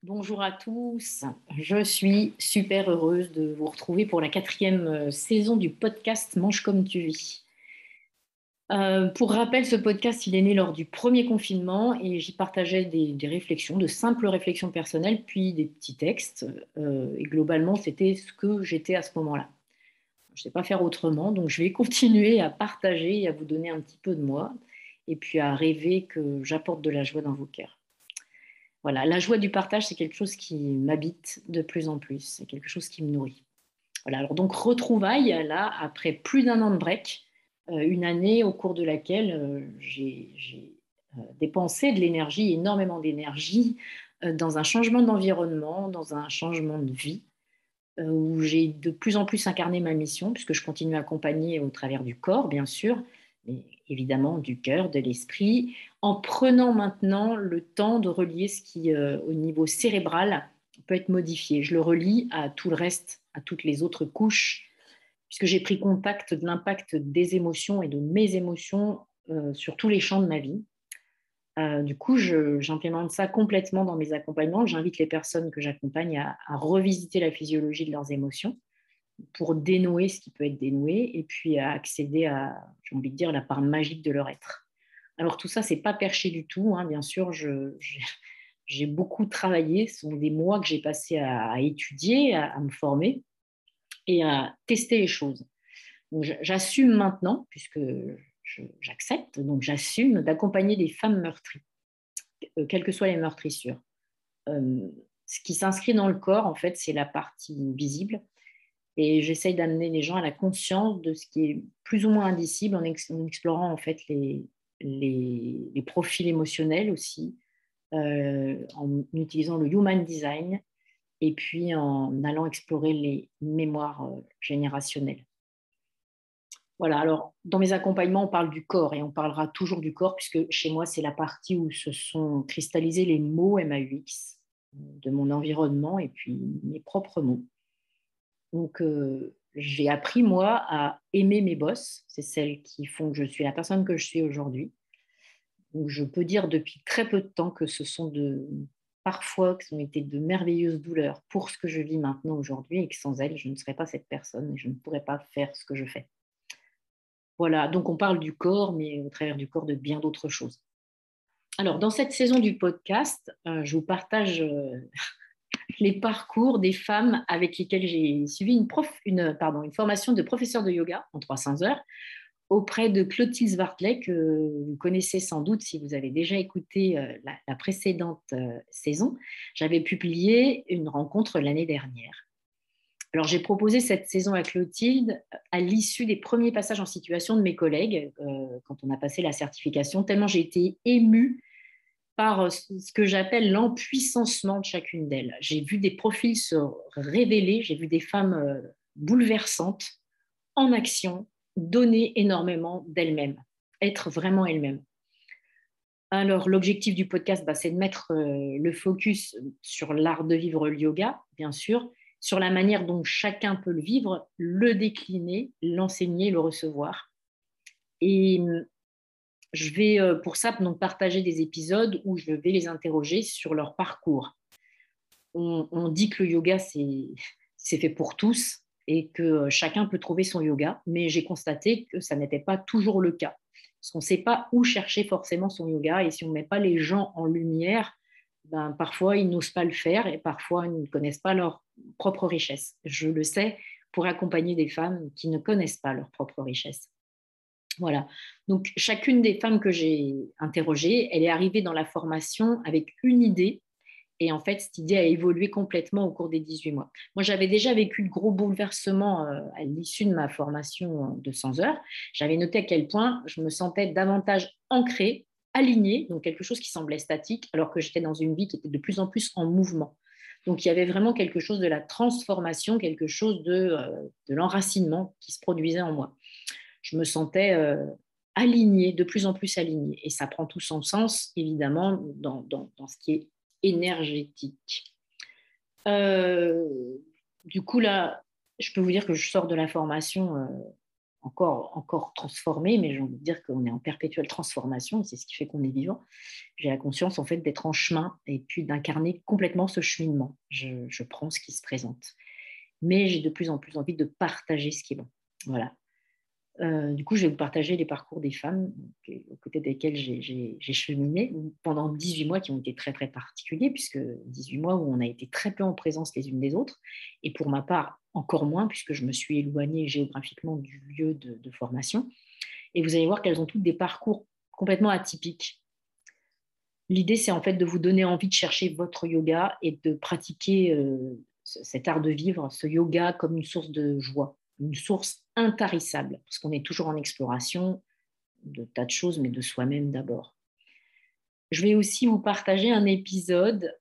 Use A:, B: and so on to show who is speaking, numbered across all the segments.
A: Bonjour à tous, je suis super heureuse de vous retrouver pour la quatrième saison du podcast Mange comme tu vis. Pour rappel, ce podcast, il est né lors du premier confinement et j'y partageais des réflexions, de simples réflexions personnelles, puis des petits textes. Et globalement, c'était ce que j'étais à ce moment-là. Je ne sais pas faire autrement, donc je vais continuer à partager et à vous donner un petit peu de moi, et puis à rêver que j'apporte de la joie dans vos cœurs. Voilà, la joie du partage, c'est quelque chose qui m'habite de plus en plus, c'est quelque chose qui me nourrit. Voilà, alors donc retrouvailles, là, après plus d'un an de break, une année au cours de laquelle j'ai dépensé de l'énergie, énormément d'énergie, dans un changement d'environnement, dans un changement de vie, où j'ai de plus en plus incarné ma mission, puisque je continue à accompagner au travers du corps, bien sûr, mais évidemment du cœur, de l'esprit, en prenant maintenant le temps de relier ce qui, au niveau cérébral, peut être modifié. Je le relie à tout le reste, à toutes les autres couches, puisque j'ai pris contact de l'impact des émotions et de mes émotions sur tous les champs de ma vie. Du coup, j'implémente ça complètement dans mes accompagnements. J'invite les personnes que j'accompagne à revisiter la physiologie de leurs émotions pour dénouer ce qui peut être dénoué et puis à accéder à, j'ai envie de dire, la part magique de leur être. Alors tout ça, c'est pas perché du tout, hein. Bien sûr, j'ai beaucoup travaillé. Ce sont des mois que j'ai passé à étudier, à me former et à tester les choses. Donc, j'assume maintenant, puisque j'accepte, donc j'assume d'accompagner des femmes meurtries, quelles que soient les meurtrissures. Euh, Ce qui s'inscrit dans le corps, en fait, c'est la partie visible. Et j'essaye d'amener les gens à la conscience de ce qui est plus ou moins indicible en explorant en fait les profils émotionnels aussi, en utilisant le human design et puis en allant explorer les mémoires générationnelles. Voilà, alors dans mes accompagnements, on parle du corps et on parlera toujours du corps puisque chez moi, c'est la partie où se sont cristallisés les mots MAUX de mon environnement et puis mes propres mots. Donc, j'ai appris, moi, à aimer mes bosses. C'est celles qui font que je suis la personne que je suis aujourd'hui. Donc, je peux dire depuis très peu de temps que ce sont parfois, que ce ont été de merveilleuses douleurs pour ce que je vis maintenant aujourd'hui et que sans elles, je ne serais pas cette personne et je ne pourrais pas faire ce que je fais. Voilà, donc on parle du corps, mais au travers du corps de bien d'autres choses. Alors, dans cette saison du podcast, je vous partage les parcours des femmes avec lesquelles j'ai suivi une formation de professeur de yoga en 300 heures auprès de Clotilde Svartley, que vous connaissez sans doute si vous avez déjà écouté la précédente saison. J'avais publié une rencontre l'année dernière. Alors, j'ai proposé cette saison à Clotilde à l'issue des premiers passages en situation de mes collègues, quand on a passé la certification, tellement j'ai été émue par ce que j'appelle l'empuissancement de chacune d'elles. J'ai vu des profils se révéler, j'ai vu des femmes bouleversantes, en action, donner énormément d'elles-mêmes, être vraiment elles-mêmes. Alors, l'objectif du podcast, c'est de mettre le focus sur l'art de vivre le yoga, bien sûr, sur la manière dont chacun peut le vivre, le décliner, l'enseigner, le recevoir. Et je vais pour ça donc partager des épisodes où je vais les interroger sur leur parcours. On dit que le yoga, c'est fait pour tous et que chacun peut trouver son yoga, mais j'ai constaté que ça n'était pas toujours le cas. Parce qu'on ne sait pas où chercher forcément son yoga et si on ne met pas les gens en lumière, parfois ils n'osent pas le faire et parfois ils ne connaissent pas leur propre richesse. Je le sais pour accompagner des femmes qui ne connaissent pas leur propre richesse. Voilà. Donc, chacune des femmes que j'ai interrogées, elle est arrivée dans la formation avec une idée. Et en fait, cette idée a évolué complètement au cours des 18 mois. Moi, j'avais déjà vécu de gros bouleversements à l'issue de ma formation de 100 heures. J'avais noté à quel point je me sentais davantage ancrée, alignée, donc quelque chose qui semblait statique, alors que j'étais dans une vie qui était de plus en plus en mouvement. Donc, il y avait vraiment quelque chose de la transformation, quelque chose de l'enracinement qui se produisait en moi. Je me sentais alignée, de plus en plus alignée. Et ça prend tout son sens, évidemment, dans ce qui est énergétique. Euh, du coup, là, je peux vous dire que je sors de la formation encore transformé, mais j'ai envie de dire qu'on est en perpétuelle transformation, et c'est ce qui fait qu'on est vivant. J'ai la conscience en fait d'être en chemin et puis d'incarner complètement ce cheminement. Je prends ce qui se présente. Mais j'ai de plus en plus envie de partager ce qui est bon. Voilà. Du coup, je vais vous partager les parcours des femmes aux côtés desquelles j'ai cheminé pendant 18 mois qui ont été très, très particuliers, puisque 18 mois où on a été très peu en présence les unes des autres, et pour ma part, encore moins, puisque je me suis éloignée géographiquement du lieu de formation. Et vous allez voir qu'elles ont toutes des parcours complètement atypiques. L'idée, c'est en fait de vous donner envie de chercher votre yoga et de pratiquer cet art de vivre, ce yoga comme une source de joie, une source intarissable, parce qu'on est toujours en exploration de tas de choses, mais de soi-même d'abord. Je vais aussi vous partager un épisode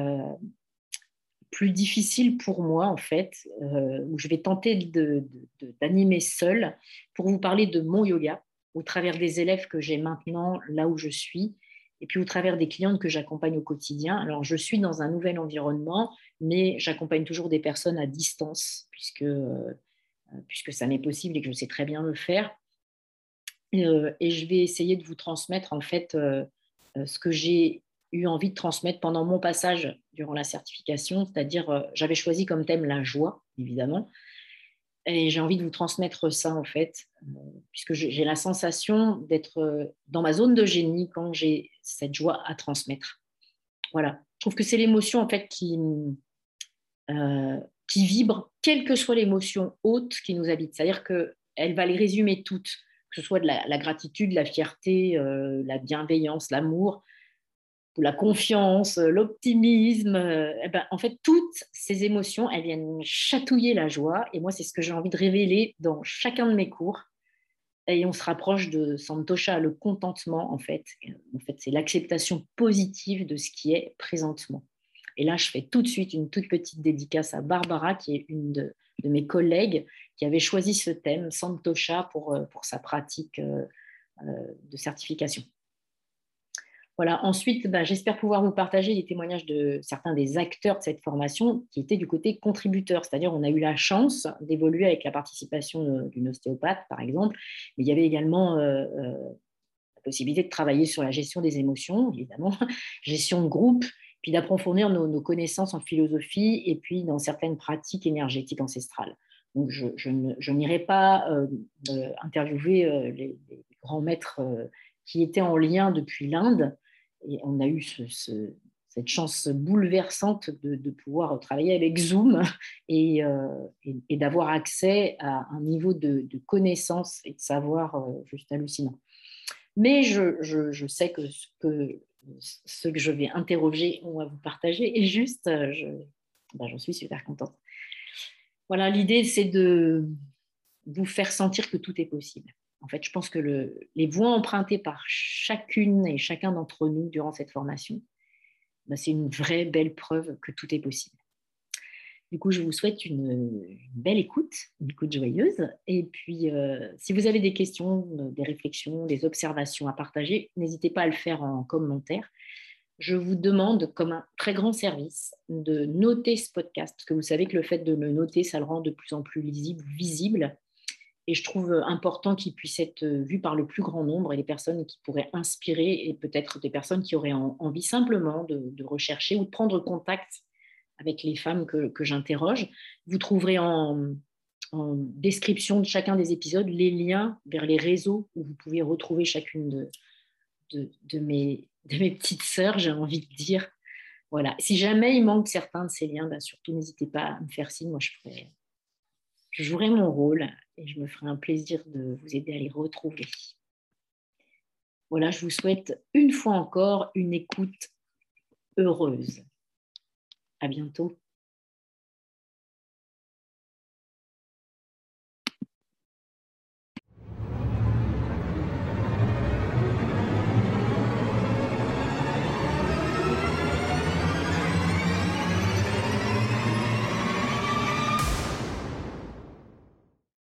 A: plus difficile pour moi, en fait, où je vais tenter d'animer seule pour vous parler de mon yoga au travers des élèves que j'ai maintenant là où je suis et puis au travers des clientes que j'accompagne au quotidien. Alors, je suis dans un nouvel environnement, mais j'accompagne toujours des personnes à distance puisque ça m'est possible et que je sais très bien le faire. Et je vais essayer de vous transmettre en fait ce que j'ai eu envie de transmettre pendant mon passage durant la certification, c'est-à-dire j'avais choisi comme thème la joie, évidemment, et j'ai envie de vous transmettre ça en fait, puisque j'ai la sensation d'être dans ma zone de génie quand j'ai cette joie à transmettre. Voilà, je trouve que c'est l'émotion en fait qui vibre, quelle que soit l'émotion haute qui nous habite, c'est-à-dire qu'elle va les résumer toutes, que ce soit de la gratitude, la fierté, la bienveillance, l'amour, la confiance, l'optimisme. Eh ben, en fait, toutes ces émotions, elles viennent chatouiller la joie. Et moi, c'est ce que j'ai envie de révéler dans chacun de mes cours. Et on se rapproche de Santosha, le contentement, en fait. En fait, c'est l'acceptation positive de ce qui est présentement. Et là, je fais tout de suite une toute petite dédicace à Barbara, qui est une de mes collègues, qui avait choisi ce thème, Santosha, pour sa pratique de certification. Voilà. Ensuite, j'espère pouvoir vous partager les témoignages de certains des acteurs de cette formation qui étaient du côté contributeur, c'est-à-dire on a eu la chance d'évoluer avec la participation d'une ostéopathe, par exemple, mais il y avait également la possibilité de travailler sur la gestion des émotions, évidemment, gestion de groupe, puis d'approfondir nos connaissances en philosophie et puis dans certaines pratiques énergétiques ancestrales. Donc, je n'irai pas interviewer les grands maîtres qui étaient en lien depuis l'Inde. Et on a eu cette chance bouleversante de pouvoir travailler avec Zoom et d'avoir accès à un niveau de connaissance et de savoir juste hallucinant. Mais je sais que ce que je vais interroger ou à vous partager est juste, j'en suis super contente. Voilà, l'idée, c'est de vous faire sentir que tout est possible. En fait, je pense que les voies empruntées par chacune et chacun d'entre nous durant cette formation, c'est une vraie belle preuve que tout est possible. Du coup, je vous souhaite une belle écoute, une écoute joyeuse. Et puis, si vous avez des questions, des réflexions, des observations à partager, n'hésitez pas à le faire en commentaire. Je vous demande, comme un très grand service, de noter ce podcast, parce que vous savez que le fait de le noter, ça le rend de plus en plus lisible, visible. Et je trouve important qu'il puisse être vu par le plus grand nombre et les personnes qui pourraient inspirer et peut-être des personnes qui auraient envie simplement de rechercher ou de prendre contact avec les femmes que j'interroge. Vous trouverez en description de chacun des épisodes les liens vers les réseaux où vous pouvez retrouver chacune de mes petites sœurs, j'ai envie de dire. Voilà. Si jamais il manque certains de ces liens, surtout n'hésitez pas à me faire signe. Moi, je jouerai mon rôle et je me ferai un plaisir de vous aider à les retrouver. Voilà, je vous souhaite une fois encore une écoute heureuse. À bientôt.